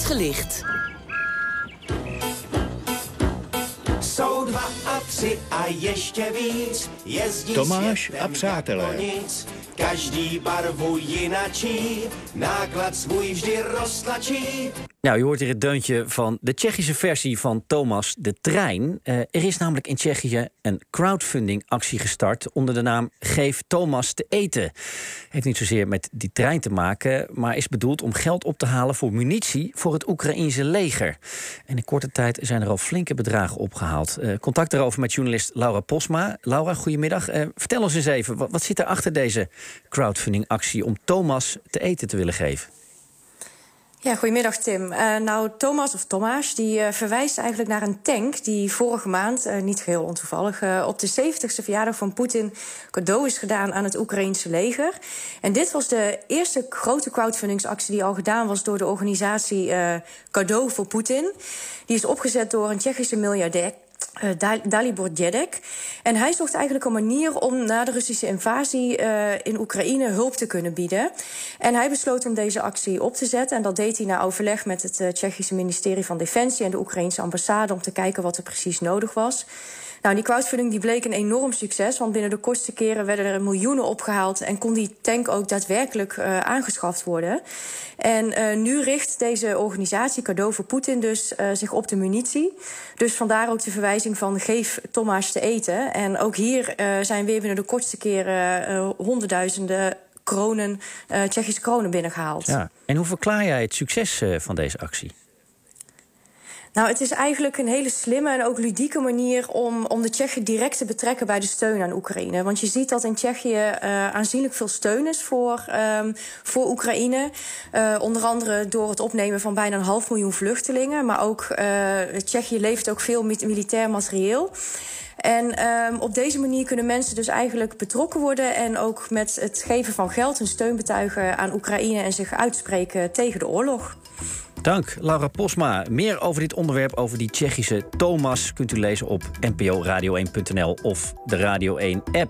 Uitgelicht. Jsou 2 a 3 a ještě víc. Jezdí Tomáš a světem přátelé. jako nic. Každý barvu jinačí, náklad svůj vždy roztlačí. Nou, je hoort hier het deuntje van de Tsjechische versie van Thomas de Trein. Er is namelijk in Tsjechië een crowdfunding-actie gestart onder de naam Geef Thomas te eten. Heeft niet zozeer met die trein te maken, maar is bedoeld om geld op te halen voor munitie voor het Oekraïense leger. En in korte tijd zijn er al flinke bedragen opgehaald. Contact daarover met journalist Laura Posma. Laura, goedemiddag. Vertel ons eens even, wat zit er achter deze crowdfunding-actie om Thomas te eten te willen geven? Ja, goedemiddag Tim. Nou, Thomas, die verwijst eigenlijk naar een tank die vorige maand, niet geheel ontoevallig, op de 70ste verjaardag van Poetin cadeau is gedaan aan het Oekraïense leger. En dit was de eerste grote crowdfundingsactie die al gedaan was door de organisatie Cadeau voor Poetin. Die is opgezet door een Tsjechische miljardair, Dalibor Dědek. En hij zocht eigenlijk een manier om na de Russische invasie in Oekraïne hulp te kunnen bieden. En hij besloot om deze actie op te zetten. En dat deed hij na overleg met het Tsjechische ministerie van Defensie en de Oekraïnse ambassade om te kijken wat er precies nodig was. Nou, die crowdfunding die bleek een enorm succes, want binnen de kortste keren werden er miljoenen opgehaald en kon die tank ook daadwerkelijk aangeschaft worden. En nu richt deze organisatie Cadeau voor Poetin dus zich op de munitie. Dus vandaar ook de verwijzing van Geef Thomas te eten. En ook hier zijn weer binnen de kortste keren honderdduizenden Tsjechische kronen binnengehaald. Ja. En hoe verklaar jij het succes van deze actie? Nou, het is eigenlijk een hele slimme en ook ludieke manier om de Tsjechen direct te betrekken bij de steun aan Oekraïne. Want je ziet dat in Tsjechië aanzienlijk veel steun is voor Oekraïne. Onder andere door het opnemen van bijna 500.000 vluchtelingen. Maar ook Tsjechië levert ook veel militair materieel. En op deze manier kunnen mensen dus eigenlijk betrokken worden en ook met het geven van geld hun steun betuigen aan Oekraïne en zich uitspreken tegen de oorlog. Dank, Laura Posma. Meer over dit onderwerp, over die Tsjechische Thomas, kunt u lezen op nporadio1.nl of de Radio 1-app.